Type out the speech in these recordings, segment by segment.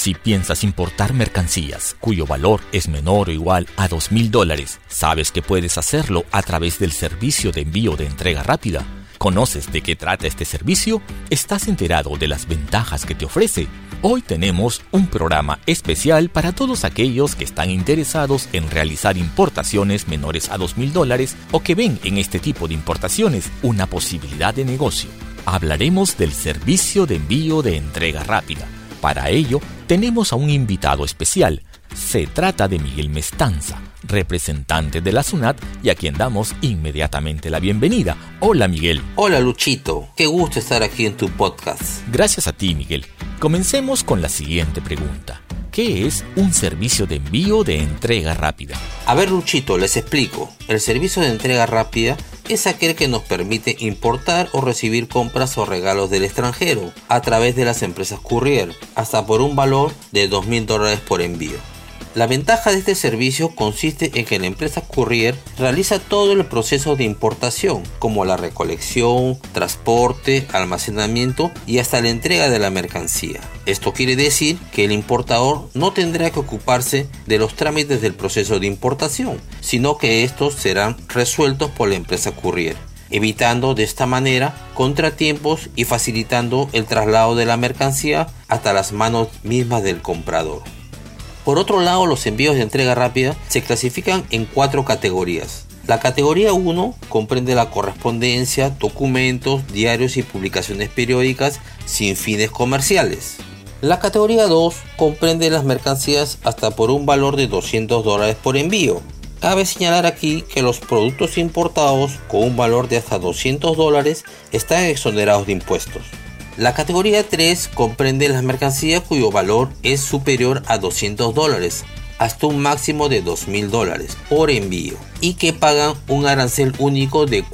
Si piensas importar mercancías cuyo valor es menor o igual a $2,000, ¿sabes que puedes hacerlo a través del servicio de envío de entrega rápida? ¿Conoces de qué trata este servicio? ¿Estás enterado de las ventajas que te ofrece? Hoy tenemos un programa especial para todos aquellos que están interesados en realizar importaciones menores a $2,000 o que ven en este tipo de importaciones una posibilidad de negocio. Hablaremos del servicio de envío de entrega rápida. Para ello, tenemos a un invitado especial. Se trata de Miguel Mestanza, representante de la SUNAT, y a quien damos inmediatamente la bienvenida. Hola, Miguel. Hola, Luchito. Qué gusto estar aquí en tu podcast. Gracias a ti, Miguel. Comencemos con la siguiente pregunta. ¿Qué es un servicio de envío de entrega rápida? A ver, Luchito, les explico. El servicio de entrega rápida es aquel que nos permite importar o recibir compras o regalos del extranjero a través de las empresas courier, hasta por un valor de $2,000 por envío. La ventaja de este servicio consiste en que la empresa courier realiza todo el proceso de importación, como la recolección, transporte, almacenamiento y hasta la entrega de la mercancía. Esto quiere decir que el importador no tendrá que ocuparse de los trámites del proceso de importación, sino que estos serán resueltos por la empresa courier, evitando de esta manera contratiempos y facilitando el traslado de la mercancía hasta las manos mismas del comprador. Por otro lado, los envíos de entrega rápida se clasifican en 4 categorías. La categoría 1 comprende la correspondencia, documentos, diarios y publicaciones periódicas sin fines comerciales. La categoría 2 comprende las mercancías hasta por un valor de $200 por envío. Cabe señalar aquí que los productos importados con un valor de hasta $200 están exonerados de impuestos. La categoría 3 comprende las mercancías cuyo valor es superior a $200 hasta un máximo de $2,000 por envío y que pagan un arancel único de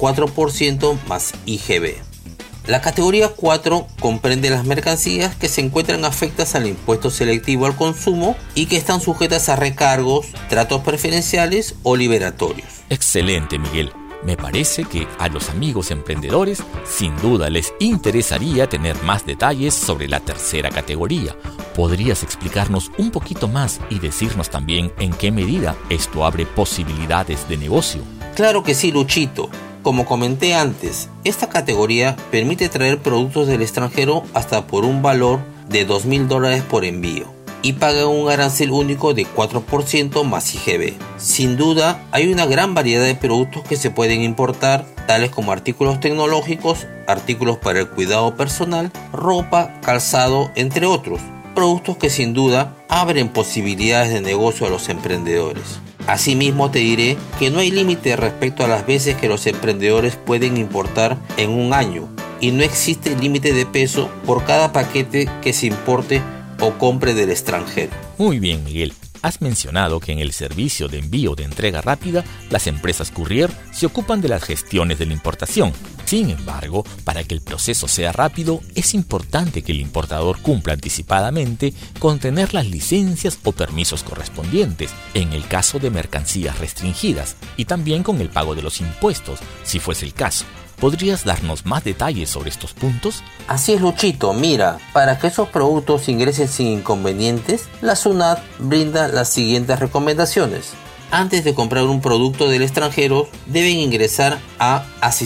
4% más IGB. La categoría 4 comprende las mercancías que se encuentran afectas al impuesto selectivo al consumo y que están sujetas a recargos, tratos preferenciales o liberatorios. Excelente, Miguel. Me parece que a los amigos emprendedores sin duda les interesaría tener más detalles sobre la tercera categoría. ¿Podrías explicarnos un poquito más y decirnos también en qué medida esto abre posibilidades de negocio? Claro que sí, Luchito. Como comenté antes, esta categoría permite traer productos del extranjero hasta por un valor de $2,000 por envío y paga un arancel único de 4% más IGB. Sin duda, hay una gran variedad de productos que se pueden importar, tales como artículos tecnológicos, artículos para el cuidado personal, ropa, calzado, entre otros. Productos que sin duda abren posibilidades de negocio a los emprendedores. Asimismo, te diré que no hay límite respecto a las veces que los emprendedores pueden importar en un año y no existe límite de peso por cada paquete que se importe o compre del extranjero. Muy bien, Miguel. Has mencionado que en el servicio de envío de entrega rápida, las empresas courier se ocupan de las gestiones de la importación. Sin embargo, para que el proceso sea rápido, es importante que el importador cumpla anticipadamente con tener las licencias o permisos correspondientes, en el caso de mercancías restringidas, y también con el pago de los impuestos, si fuese el caso. ¿Podrías darnos más detalles sobre estos puntos? Así es, Luchito. Mira, para que esos productos ingresen sin inconvenientes, la SUNAT brinda las siguientes recomendaciones. Antes de comprar un producto del extranjero, deben ingresar a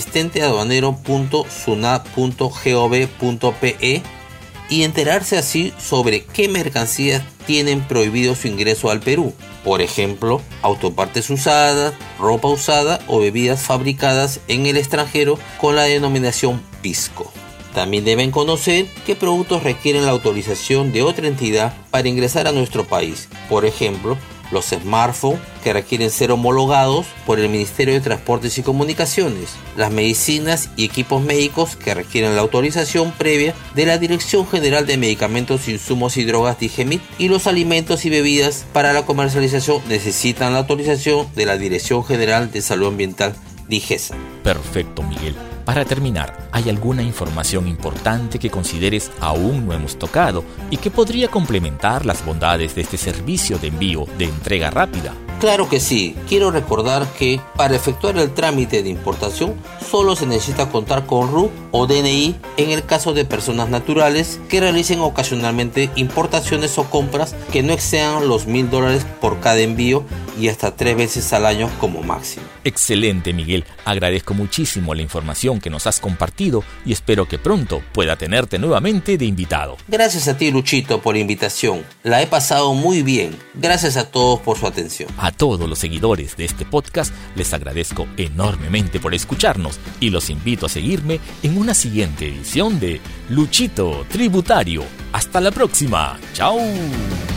asistenteaduanero.sunat.gov.pe y enterarse así sobre qué mercancías tienen prohibido su ingreso al Perú. Por ejemplo, autopartes usadas, ropa usada o bebidas fabricadas en el extranjero con la denominación PISCO. También deben conocer qué productos requieren la autorización de otra entidad para ingresar a nuestro país. Por ejemplo, los smartphones que requieren ser homologados por el Ministerio de Transportes y Comunicaciones, las medicinas y equipos médicos que requieren la autorización previa de la Dirección General de Medicamentos, Insumos y Drogas DIGEMIT, y los alimentos y bebidas para la comercialización necesitan la autorización de la Dirección General de Salud Ambiental DIGESA. Perfecto, Miguel. Para terminar, ¿hay alguna información importante que consideres aún no hemos tocado y que podría complementar las bondades de este servicio de envío de entrega rápida? Claro que sí. Quiero recordar que para efectuar el trámite de importación solo se necesita contar con RUT o DNI en el caso de personas naturales que realicen ocasionalmente importaciones o compras que no excedan los $1,000 por cada envío y hasta 3 veces al año como máximo. Excelente, Miguel. Agradezco muchísimo la información que nos has compartido y espero que pronto pueda tenerte nuevamente de invitado. Gracias a ti, Luchito, por la invitación. La he pasado muy bien. Gracias a todos por su atención. A todos los seguidores de este podcast les agradezco enormemente por escucharnos y los invito a seguirme en una siguiente edición de Luchito Tributario. Hasta la próxima. ¡Chao!